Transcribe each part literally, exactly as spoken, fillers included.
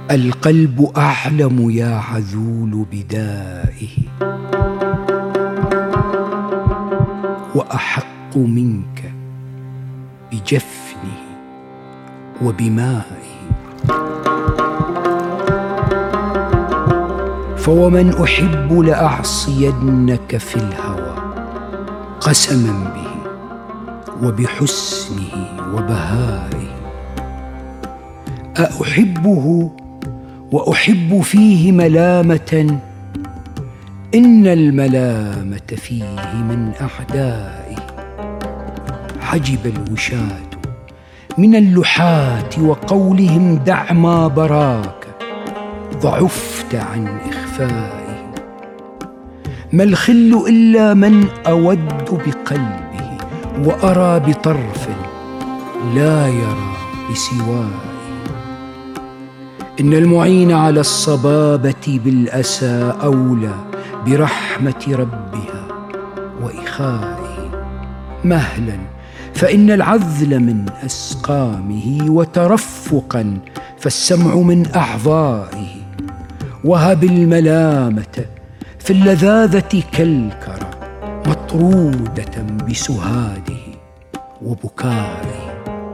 القلب أعلم يا عذول بدائه، وأحق منك بجفنه وبمائه. فومن أحب لأعصينك في الهوى قسما به وبحسنه وبهائه. أأحبه وأحب فيه ملامة؟ إن الملامة فيه من أعدائه. حجب الوشاة من اللحاة وقولهم دع ما براك، ضعفت عن إخفائه. ما الخل إلا من أود بقلبه وأرى بطرف لا يرى بسوائه. إن المعين على الصبابة بالأسى أولى برحمة ربها وإخائه. مهلا فإن العذل من أسقامه، وترفقا فالسمع من أعضائه. وهب الملامة في اللذاذة كالكرى مطرودة بسهاده وبكائه.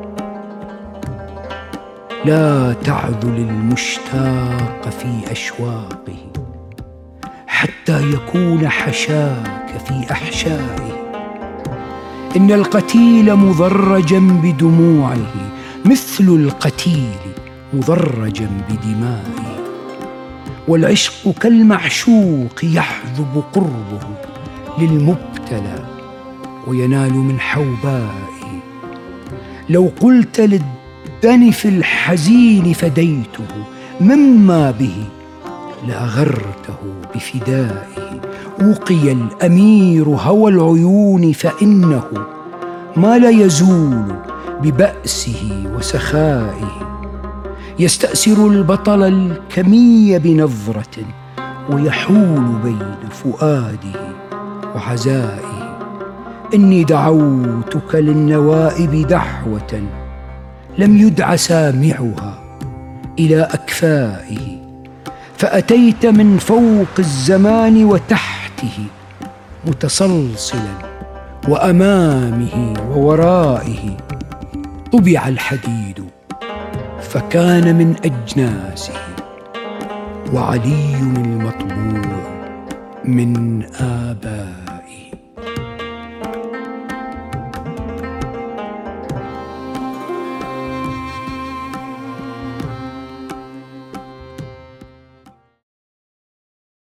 لا تعذل المشتاق في أشواقه حتى يكون حشاك في أحشائه. إن القتيل مضرجا بدموعه مثل القتيل مضرجا بدمائه. والعشق كالمعشوق يحذب قربه للمبتلى وينال من حوبائه. لو قلت للدنف الحزين فديته مما به لأغرته بفدائه. وقي الأمير هوى العيون فإنه ما لا يزول ببأسه وسخائه. يستأسر البطل الكمي بنظرة ويحول بين فؤاده وعزائه. إني دعوتك للنوائب دعوة لم يدع سامعها إلى أكفائه. فأتيت من فوق الزمان وتحته متسلسلا وأمامه وورائه. طبع الحديد فكان من أجناسه، وعلي المطبوع من آبائه.